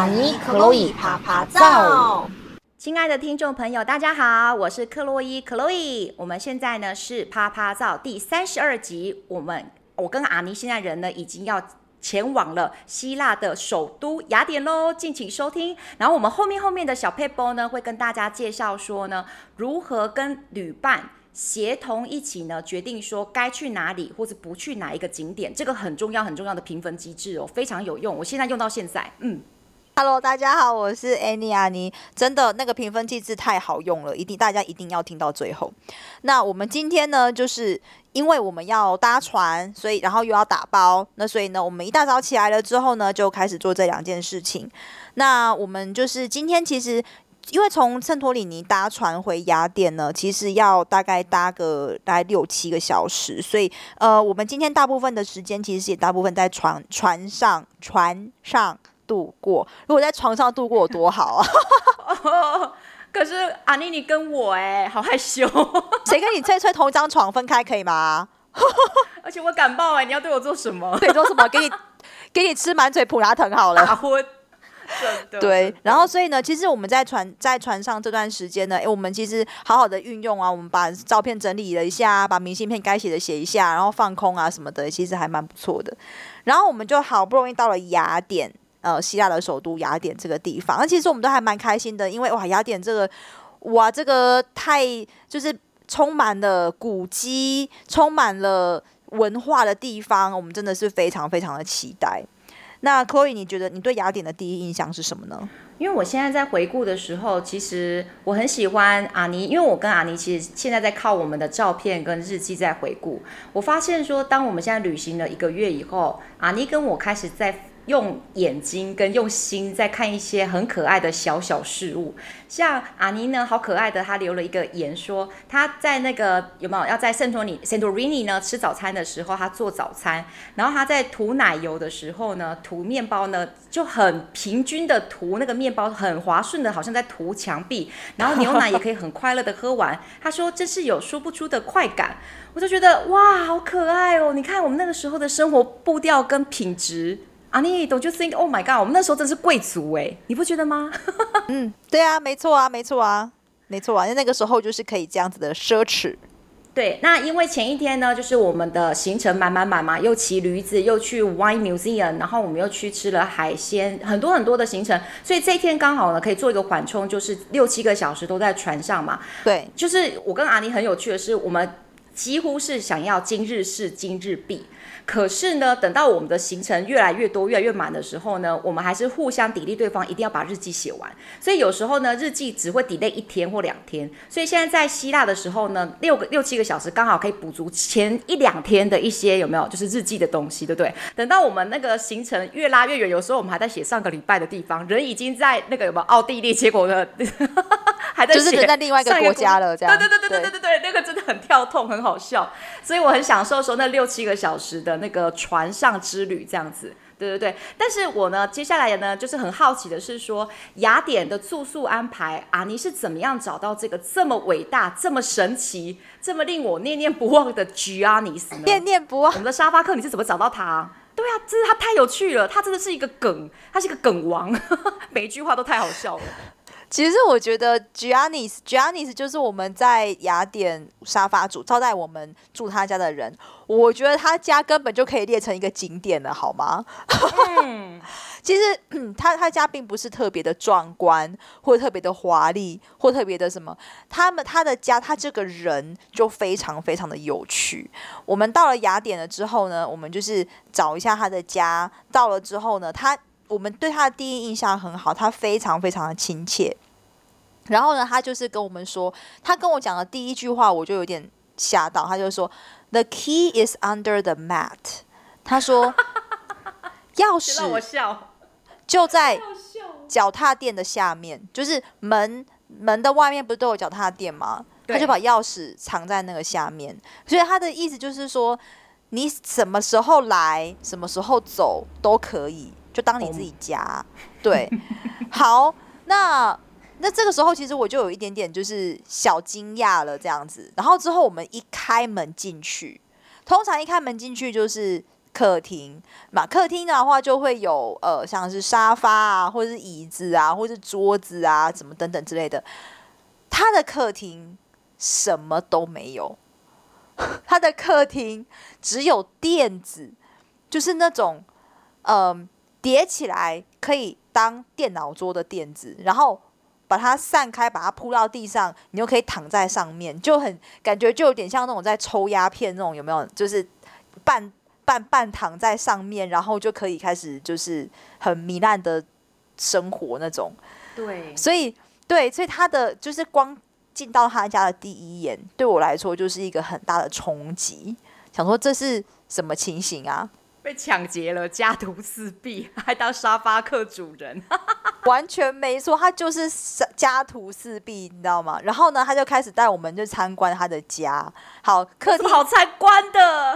阿尼克洛伊趴趴造。 亲爱的听众朋友，大家好，我是克洛伊 Chloe。我们现在呢是趴趴造第32集，我跟阿尼现在人呢已经要前往了希腊的首都雅典咯，敬请收听。然后我们后面的小 paper 呢会跟大家介绍说呢，如何跟旅伴协同一起呢，决定说该去哪里或者不去哪一个景点，这个很重要的评分机制哦，非常有用。我现在用到现在 Hello， 大家好，我是 Annie 阿妮。真的，那个评分机制太好用了，大家一定要听到最后。那我们今天呢，就是因为我们要搭船，所以然后又要打包，那所以呢，我们一大早起来了之后呢，就开始做这两件事情。那我们就是今天其实。因为从圣托里尼搭船回雅典呢，其实要大概搭个大概6-7个小时，所以我们今天大部分的时间其实也大部分在船上度过。如果在床上度过有多好啊！ 可是阿妮你跟我好害羞， 谁跟你睡同一张床分开可以吗？ 而且我感冒你要对我做什么？ 对，做什么？给你吃满嘴普拿疼好了。 打昏。 对，然后所以呢，其实我们在船上这段时间呢，我们其实好好的运用啊，我们把照片整理了一下，把明信片该写的写一下，然后放空啊什么的，其实还蛮不错的。然后我们就好不容易到了雅典，希腊的首都雅典这个地方，那其实我们都还蛮开心的，因为雅典这个太就是充满了古迹，充满了文化的地方，我们真的是非常非常的期待。那 Chloe， 你觉得你对雅典的第一印象是什么呢？ 因为我现在在回顾的时候，其实我很喜欢阿妮，因为我跟阿妮其实现在在靠我们的照片跟日记在回顾。我发现说，当我们现在旅行了1个月以后，阿妮跟我开始在用眼睛跟用心在看一些很可爱的小事物。像阿妮呢，好可爱的，她留了一个言说，她在那个有没有要在圣托里尼呢吃早餐的时候，她做早餐，然后她在涂奶油的时候呢，涂面包呢就很平均的涂那个面包，很滑顺的，好像在涂墙壁，然后牛奶也可以很快乐的喝完。她说这是有说不出的快感，我就觉得哇，好可爱哦！你看我们那个时候的生活步调跟品质。阿妮 ，Don't you think? Oh my god！ 我们那时候真是贵族你不觉得吗？ 对啊，没错啊，那个时候就是可以这样子的奢侈。 对，那因为前一天呢，就是我们的行程满嘛，又骑驴子，又去 Wine Museum， 然后我们又去吃了海鲜，很多的行程，所以这一天刚好呢可以做一个缓冲，就是6-7个小时都在船上嘛。 对， 就是我跟阿妮很有趣的是，我们几乎是想要今日事今日毕。可是呢，等到我们的行程越来越多、越来越满的时候呢，我们还是互相砥砺对方，一定要把日记写完。所以有时候呢，日记只会 delay 1天或2天。所以现在在希腊的时候呢，6-7个小时刚好可以补足前1-2天的一些有没有，就是日记的东西，对不对？等到我们那个行程越拉越远，有时候我们还在写上个礼拜的地方，人已经在那个有没有奥地利，结果呢还在写就是人在另外一个国家了，这样。 对，那个真的很跳痛，很好笑。所以我很享受说那6-7个小时的那个船上之旅这样子。对，但是我呢，接下来呢，就是很好奇的是说，雅典的住宿安排，阿妮是怎么样找到这个这么伟大、这么神奇、这么令我念念不忘的 Giannis 呢？ 念念不忘。 我们的沙发客，你是怎么找到他？对啊，真的他太有趣了，他真的是一个梗，他是一个梗王，每一句话都太好笑了。 其实我觉得 Giannis 就是我们在雅典沙发主招待我们住他家的人，我觉得他家根本就可以列成一个景点了，好吗？其实他家并不是特别的壮观，或特别的华丽，或特别的什么。他的家，他这个人就非常非常的有趣。我们到了雅典了之后呢，我们就是找一下他的家。到了之后呢，我们对他的第一印象很好，他非常非常的亲切。然后呢，他就是跟我们说，他跟我讲的第一句话，我就有点吓到。他就说 ，The key is under the mat。他说，钥匙就在脚踏垫的下面，就是门的外面不是都有脚踏垫吗？他就把钥匙藏在那个下面。所以他的意思就是说，你什么时候来，什么时候走都可以，就当你自己家。对，好，那这个时候其实我就有一点点就是小惊讶了这样子。然后之后我们一开门进去，通常一开门进去就是客厅嘛，客厅的话就会有像是沙发啊，或者是椅子啊，或者是桌子啊，什么等等之类的。他的客厅什么都没有，他的客厅只有垫子，就是那种叠起来可以当电脑桌的垫子，然后把它散开，把它铺到地上，你就可以躺在上面，就很感觉就有点像那种在抽鸦片那种，有没有？就是半躺在上面，然后就可以开始就是很糜烂的生活那种。 对， 所以他的就是光进到他家的第一眼，对我来说就是一个很大的冲击。想说这是什么情形啊？ 被抢劫了，家徒四壁，还当沙发客主人。 完全没错，他就是家徒四壁，你知道吗？然后呢，他就开始带我们去参观他的家。好，客厅好参观的。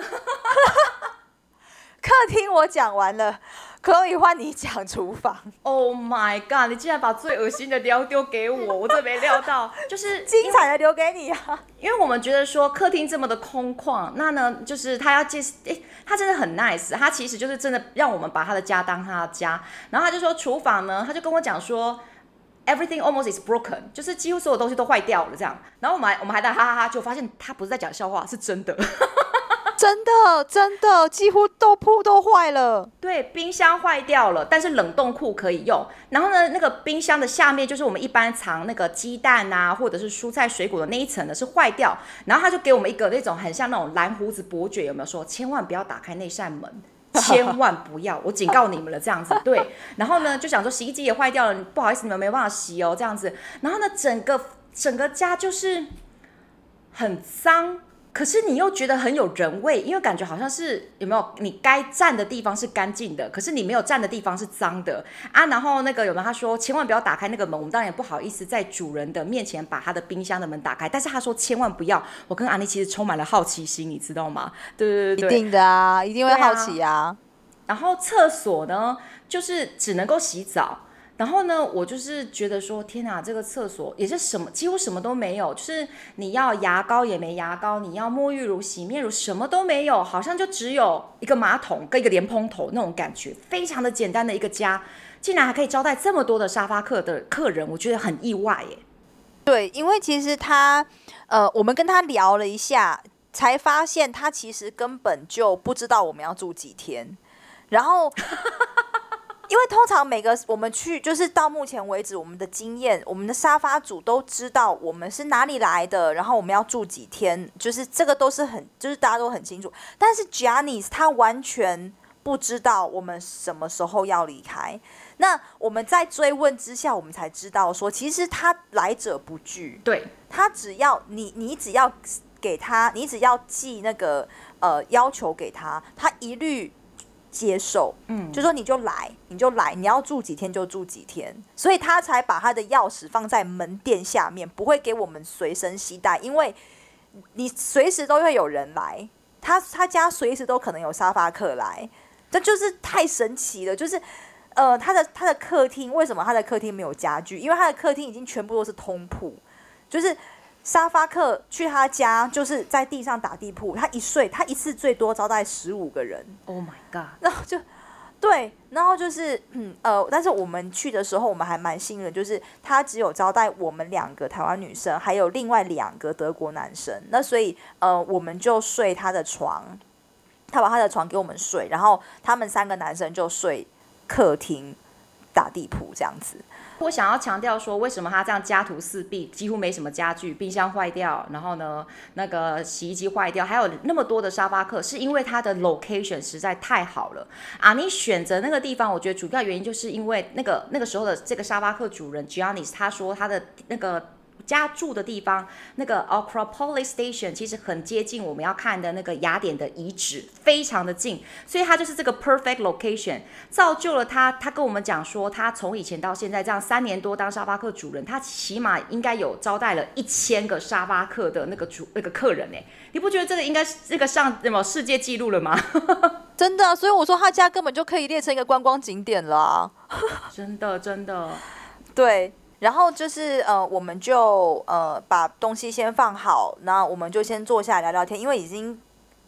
客厅我讲完了，可以换你讲厨房。 Oh my god！ 你竟然把最恶心的丢给我，我真没料到，就是精彩的留给你啊！ 因为我们觉得说客厅这么的空旷，那呢就是他要他真的很 nice， 他其实就是真的让我们把他的家当他的家。然后他就说厨房呢，他就跟我讲说 everything almost is broken， 就是几乎所有东西都坏掉了这样。然后我们还在哈哈哈，就发现他不是在讲笑话，是真的。 真的，几乎都坏了。 对，冰箱坏掉了，但是冷冻库可以用。然后呢，那个冰箱的下面就是我们一般藏那个鸡蛋啊，或者是蔬菜水果的那一层呢是坏掉。然后他就给我们一个那种很像那种蓝胡子伯爵，有没有说千万不要打开那扇门？千万不要，我警告你们了，这样子。对，然后呢就想说洗衣机也坏掉了，不好意思，你们没办法洗哦，这样子。然后呢，整个家就是很脏。可是你又觉得很有人味，因为感觉好像是有没有你该站的地方是干净的，可是你没有站的地方是脏的啊。然后那个有没有他说千万不要打开那个门，我们当然也不好意思在主人的面前把他的冰箱的门打开，但是他说千万不要。我跟阿妮其实充满了好奇心，你知道吗？对， 一定的啊，一定会好奇啊。 然后厕所呢，就是只能够洗澡。然后呢，我就是觉得说，天哪，这个厕所也是什么，几乎什么都没有，就是你要牙膏也没牙膏，你要沐浴乳、洗面乳什么都没有，好像就只有一个马桶跟一个莲蓬头那种感觉，非常的简单的一个家，竟然还可以招待这么多的沙发客的客人，我觉得很意外耶。 对，因为其实我们跟他聊了一下，才发现他其实根本就不知道我们要住几天，然后。因为通常每个我们去，就是到目前为止我们的经验，我们的沙发主都知道我们是哪里来的，然后我们要住几天，就是这个都是就是大家都很清楚。但是 Giannis 他完全不知道我们什么时候要离开。那我们在追问之下，我们才知道说，其实他来者不拒。 对，他只要你只要给他，你只要寄那个要求给他，他一律接受，就说你就来，你要住几天就住几天，所以他才把他的钥匙放在门店下面，不会给我们随身携带，因为你随时都会有人来，他家随时都可能有沙发客来，这就是太神奇了。就是他的客厅，为什么他的客厅没有家具？因为他的客厅已经全部都是通铺，就是沙发客去他家就是在地上打地铺，他一次最多招待15个人。 Oh my god！ 然后然后就是但是我们去的时候，我们还蛮幸运的，就是他只有招待我们2个台湾女生，还有另外2个德国男生。那所以我们就睡他的床，他把他的床给我们睡，然后他们3个男生就睡客厅打地铺这样子。 我想要强调说，为什么他这样家徒四壁，几乎没什么家具，冰箱坏掉，然后呢，那个洗衣机坏掉，还有那么多的沙发客，是因为它的 location 实在太好了啊！你选择那个地方，我觉得主要原因就是因为那个时候的这个沙发客主人 Giannis 他说他的那个家住的地方，那个 Acropolis Station 其实很接近我们要看的那个雅典的遗址，非常的近，所以他就是这个 perfect location， 造就了他跟我们讲说，他从以前到现在这样3年多当沙发客主人，他起码应该有招待了1000个沙发客的那个客人哎，你不觉得这个应该这个上什么世界纪录了吗？ 真的，所以我说他家根本就可以列成一个观光景点了啊。 真的， 对。然后就是我们就把东西先放好，那我们就先坐下来聊聊天，因为已经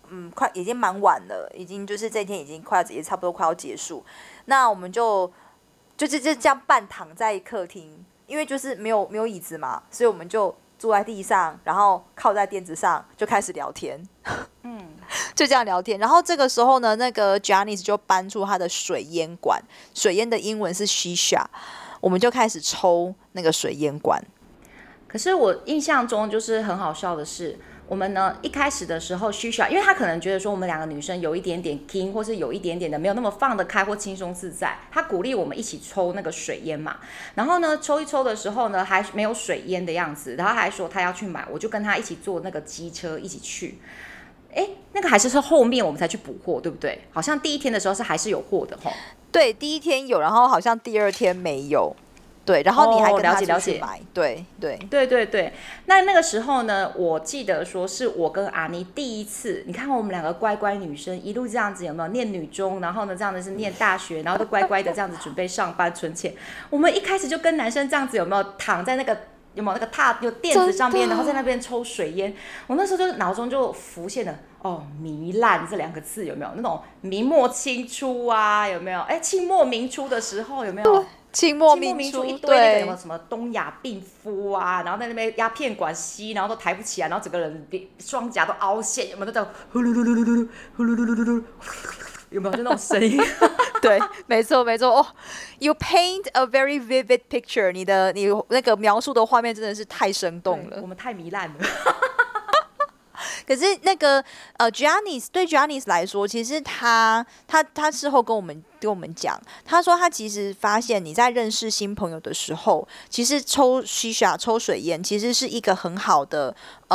快已经蛮晚了，已经就是这一天已经也差不多快要结束。那我们就这样半躺在客厅，因为就是没有椅子嘛，所以我们就坐在地上，然后靠在垫子上就开始聊天。就这样聊天。然后这个时候呢，那个 Janice 就搬出他的水烟管，水烟的英文是 Shisha， 我们就开始抽那个水烟管。 可是我印象中就是很好笑的是，我们呢一开始的时候，Shisha， 因为他可能觉得说我们两个女生有一点点 king， 或是有一点点的没有那么放得开或轻松自在，他鼓励我们一起抽那个水烟嘛。然后呢，抽一抽的时候呢，还没有水烟的样子，然后还说他要去买，我就跟他一起坐那个机车一起去。那个还是后面我们才去补货，对不对？好像第一天的时候是还是有货的吼。 对，第一天有，然后好像第二天没有。对，然后你还跟他出去买， 对。那个时候呢，我记得说是我跟阿妮第一次，你看我们两个乖乖女生一路这样子，有没有念女中，然后呢这样子是念大学，然后都乖乖的这样子准备上班存钱。我们一开始就跟男生这样子，有没有躺在那个？有没有那个有垫子上面，然后在那边抽水烟？我那时候就脑中就浮现了糜烂这两个字，有没有那种明末清初啊？有没有？清末明初的时候有没有？ 清末明初一堆那个有没有什么东亚病夫啊？然后在那边鸦片管吸，然后都抬不起来，然后整个人双颊都凹陷，有没有那种呼噜噜噜噜噜呼噜噜噜噜噜？有没有就那种声音？ 对，没错You paint a very vivid picture， 你那个描述的画面真的是太生动了， 我们太糜烂了。 可是那个Janice 对 Janice 来说，其实他事后跟我们讲，他说他其实发现你在认识新朋友的时候，其实抽 Shisha 抽水烟其实是一个很好的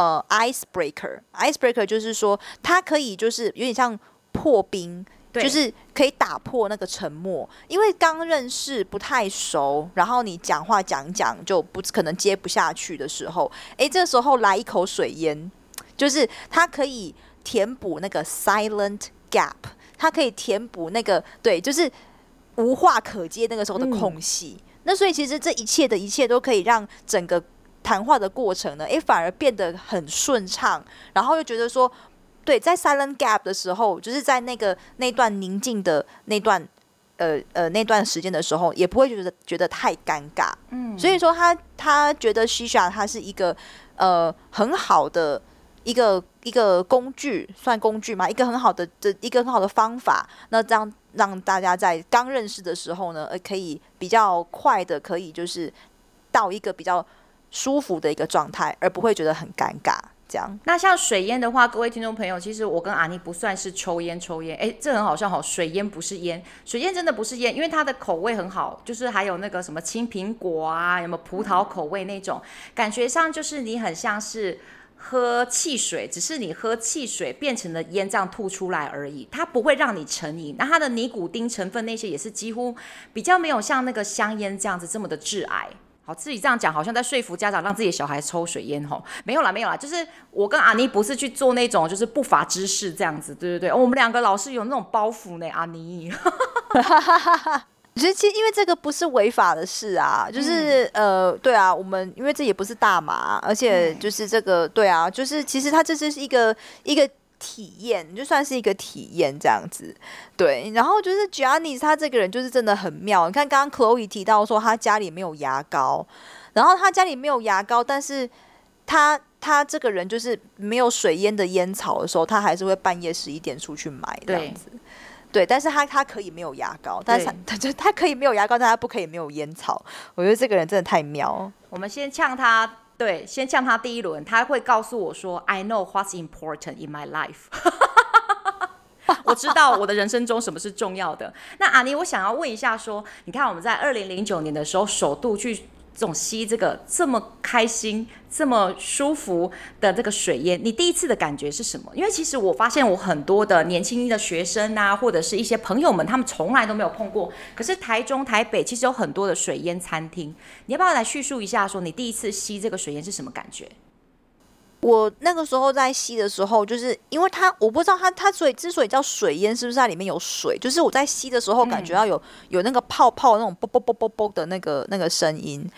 icebreaker 就是说它可以就是有点像破冰。就是可以打破那个沉默，因为刚认识不太熟，然后你讲话讲就不可能接不下去的时候，这时候来一口水烟，就是它可以填补那个 silent gap， 它可以填补那个对，就是无话可接那个时候的空隙。那所以其实这一切的一切都可以让整个谈话的过程呢，反而变得很顺畅，然后又觉得说。对，在 silent gap 的时候，就是在那段宁静的那段时间的时候，也不会觉得太尴尬。所以说他觉得 Shisha 它是一个很好的一个工具，算工具嘛，一个很好的方法。那这样让大家在刚认识的时候呢，可以比较快的可以就是到一个比较舒服的一个状态，而不会觉得很尴尬。 那像水烟的话，各位听众朋友，其实我跟阿妮不算是抽烟，这很好笑水烟不是烟，水烟真的不是烟，因为它的口味很好，就是还有那个什么青苹果啊，有没有葡萄口味那种，感觉上就是你很像是喝汽水，只是你喝汽水变成了烟这样吐出来而已，它不会让你成瘾。那它的尼古丁成分那些也是几乎比较没有像那个香烟这样子这么的致癌。好，自己这样讲好像在说服家长让自己的小孩抽水烟吼，没有啦，就是我跟阿妮不是去做那种就是不法之事这样子，对，我们两个老是有那种包袱呢，阿妮。 其实因为这个不是违法的事啊，就是对啊，我们因为这也不是大麻，而且就是这个对啊，就是其实它这是一个体验，就算是一个体验这样子，对。然后就是 Janice 他这个人就是真的很妙，你看刚刚 Chloe 提到说他家里没有牙膏，然后他家里没有牙膏，但是他这个人就是没有水烟的烟草的时候，他还是会半夜11点出去买这样子。对，但是他可以没有牙膏，但是他可以没有牙膏，但他不可以没有烟草。我觉得这个人真的太妙。 我们先呛他。对，先呛他第一轮，他会告诉我说 I know what's important in my life 我知道我的人生中什么是重要的。那阿妮，我想要问一下说，你看我们在2009年的时候首度去这种吸这个这么开心这么舒服的这个水烟，你第一次的感觉是什么？因为其实我发现我很多的年轻的学生啊，或者是一些朋友们，他们从来都没有碰过，可是台中台北其实有很多的水烟餐厅，你要不要来叙述一下说你第一次吸这个水烟是什么感觉？ 我那个时候在吸的时候，就是因为我不知道它之所以叫水烟，是不是它里面有水？就是我在吸的时候，感觉到有那个泡泡那种啵啵啵啵啵的那个声音。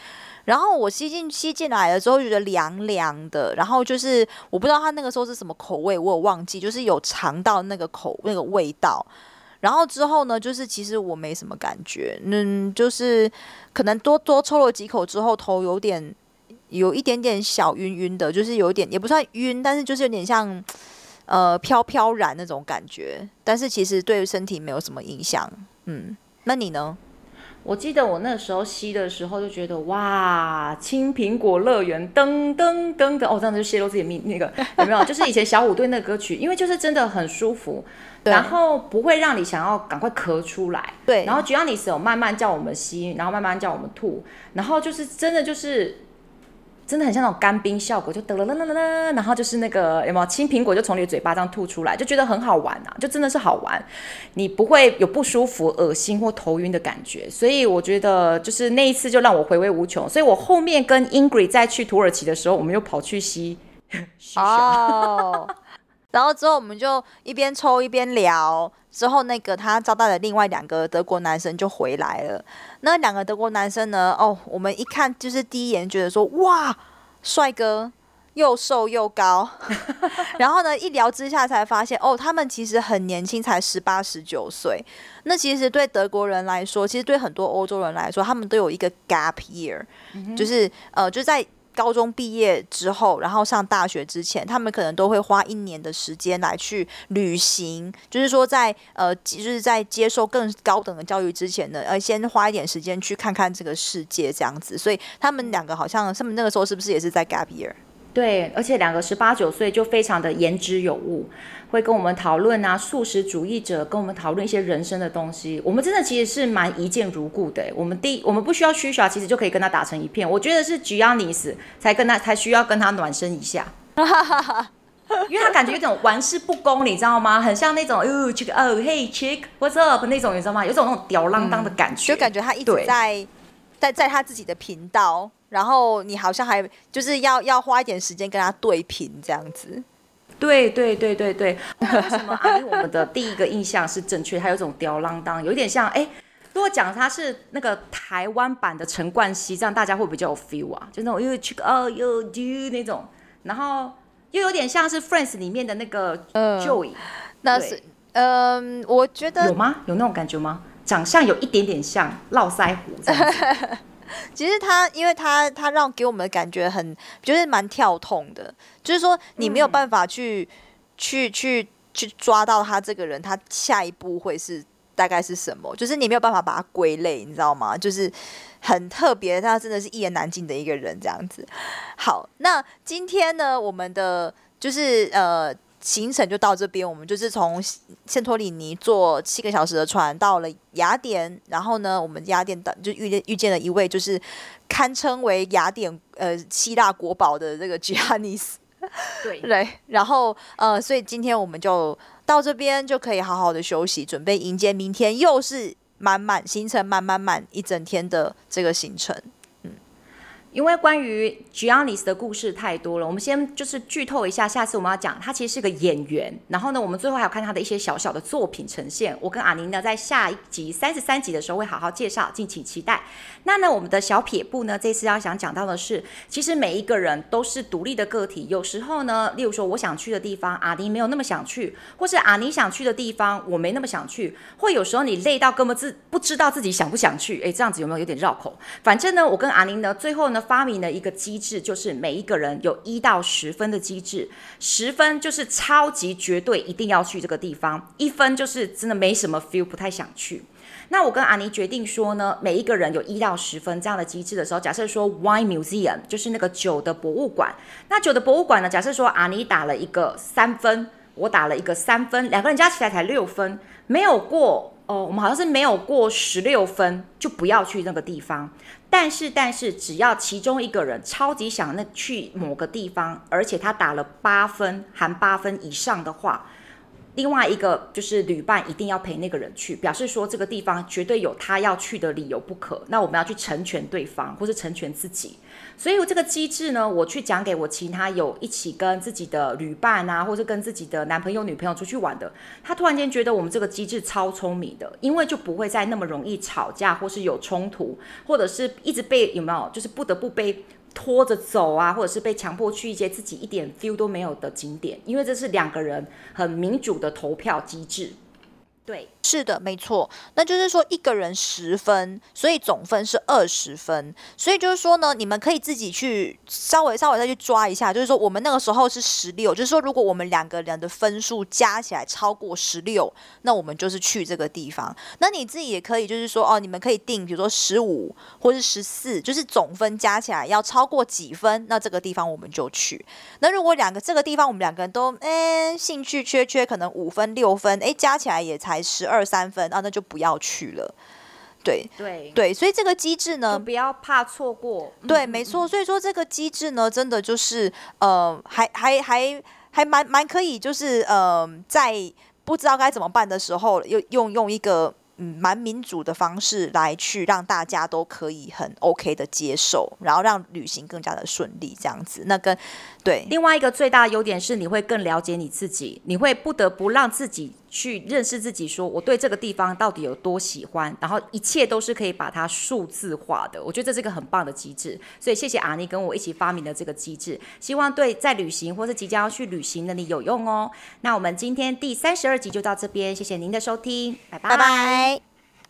然后我吸进来了之后，觉得凉凉的，然后就是我不知道它那个时候是什么口味，我有忘记，就是有尝到那个味道。然后之后呢，就是其实我没什么感觉，就是可能多抽了几口之后，头有一点点小晕晕的，就是有一点也不算晕，但是就是有点像飘飘然那种感觉，但是其实对身体没有什么影响。那你呢？ 我记得我那时候吸的时候就觉得哇，青苹果乐园噔噔噔的，这样子就泄露自己的那个有没有？就是以前小虎队那个歌曲，因为就是真的很舒服，然后不会让你想要赶快咳出来。 对， 然后 Giannis 有慢慢叫我们吸，然后慢慢叫我们吐，然后就是真的很像那种干冰效果，就得了啦啦啦啦，然后就是那个有没有青苹果就从你的嘴巴这样吐出来，就觉得很好玩啊，就真的是好玩，你不会有不舒服、恶心或头晕的感觉，所以我觉得就是那一次就让我回味无穷，所以我后面跟 Ingrid 再去土耳其的时候，我们又跑去吸然后之后我们就一边抽一边聊，之后那个他招待的另外2个德国男生就回来了。那2个德国男生呢，我们一看就是第一眼觉得说哇，帅哥，又瘦又高。然后呢，一聊之下才发现他们其实很年轻，才18、19岁。那其实对德国人来说，其实对很多欧洲人来说，他们都有一个 gap year，就是就在高中毕业之后，然后上大学之前，他们可能都会花1年的时间来去旅行，就是说就是在接受更高等的教育之前呢，先花一点时间去看看这个世界这样子。所以他们2个好像他们那个时候是不是也是在 gap year？ 对，而且2个18、19岁就非常的言之有物，会跟我们讨论啊，素食主义者跟我们讨论一些人生的东西。我们真的其实是蛮一见如故的。我们不需要虚耍，其实就可以跟他打成一片。我觉得是 Giannis 才需要跟他暖身一下，因为他感觉有种玩世不恭，你知道吗？很像那种hey chick what's up 那种，你知道吗？有种那种吊郎当的感觉， 就感觉他一直在他自己的频道。然后你好像还就是要花一点时间跟他对频这样子。 对。为什么我们的第一个印象是正确？还有一种吊郎当，有一点像如果讲他是那个台湾版的陈冠希，这样大家会比较有 feel 啊，就那种那种，然后又有点像是 Friends 里面的那个 Joey。 那是我觉得有吗？有那种感觉吗？长相有一点点像络腮胡这样子。 其实因为他给我们的感觉就是蛮跳痛的，就是说你没有办法去抓到他这个人，他下一步会是大概是什么，就是你没有办法把他归类，你知道吗？就是很特别，他真的是一言难尽的一个人这样子。好，那今天呢，我们的就是行程就到这边，我们就是从圣托里尼坐7个小时的船到了雅典，然后呢，我们雅典就遇见了一位就是堪称为雅典希腊国宝的这个 Giannis。对，然后所以今天我们就到这边，就可以好好的休息，准备迎接明天又是行程满一整天的这个行程。 因为关于 Giannis 的故事太多了，我们先就是剧透一下，下次我们要讲他其实是个演员，然后呢，我们最后还有看他的一些小小的作品呈现。我跟阿宁呢，在下一集33集的时候会好好介绍，敬请期待。那呢，我们的小撇步呢，这次要想讲到的是，其实每一个人都是独立的个体，有时候呢，例如说我想去的地方，阿宁没有那么想去，或是阿宁想去的地方，我没那么想去，或有时候你累到根本不知道自己想不想去，这样子有没有点绕口？反正呢，我跟阿宁呢，最后呢，发明了一个机制，就是每一个人有1到10分的机制，10分就是超级绝对一定要去这个地方，1分就是真的没什么 feel 不太想去。那我跟阿尼决定说呢，每一个人有1到10分这样的机制的时候，假设说 Wine Museum 就是那个酒的博物馆，那酒的博物馆呢，假设说阿尼打了一个3分，我打了一个3分，两个人加起来才6分，没有过我们好像是没有过16分就不要去那个地方。但是只要其中一个人超级想去某个地方，而且他打了8分含8分以上的话， 另外一个就是旅伴一定要陪那个人去，表示说这个地方绝对有他要去的理由不可。那我们要去成全对方，或是成全自己。所以这个机制呢，我去讲给我其他有一起跟自己的旅伴啊，或是跟自己的男朋友、女朋友出去玩的，他突然间觉得我们这个机制超聪明的，因为就不会再那么容易吵架，或是有冲突，或者是一直被有没有，就是不得不被拖着走啊，或者是被强迫去一些自己一点 feel 都没有的景点，因为这是2个人很民主的投票机制。对， 是的，没错。那就是说1个人10分，所以总分是20分。所以就是说呢，你们可以自己去稍微再去抓一下，就是说我们那个时候是16，就是说如果我们2个人的分数加起来超过16，那我们就是去这个地方。那你自己也可以就是说哦，你们可以定比如说15或是14，就是总分加起来要超过几分，那这个地方我们就去。那如果这个地方我们2个人都兴趣缺，可能5分6分，加起来也才12、13分啊，那就不要去了。对，所以这个机制呢， 就不要怕错过。 对，没错。所以说这个机制呢，真的就是还蛮可以，就是在不知道该怎么办的时候，用一个蛮民主的方式来去让大家都可以很 OK 的接受，然后让旅行更加的顺利，这样子。那对， 另外一个最大的优点是你会更了解你自己，你会不得不让自己去认识自己，说我对这个地方到底有多喜欢，然后一切都是可以把它数字化的。我觉得这是一个很棒的机制，所以谢谢阿妮跟我一起发明的这个机制，希望对在旅行或是即将要去旅行的你有用哦。那我们今天第32集就到这边，谢谢您的收听，拜拜。 拜拜。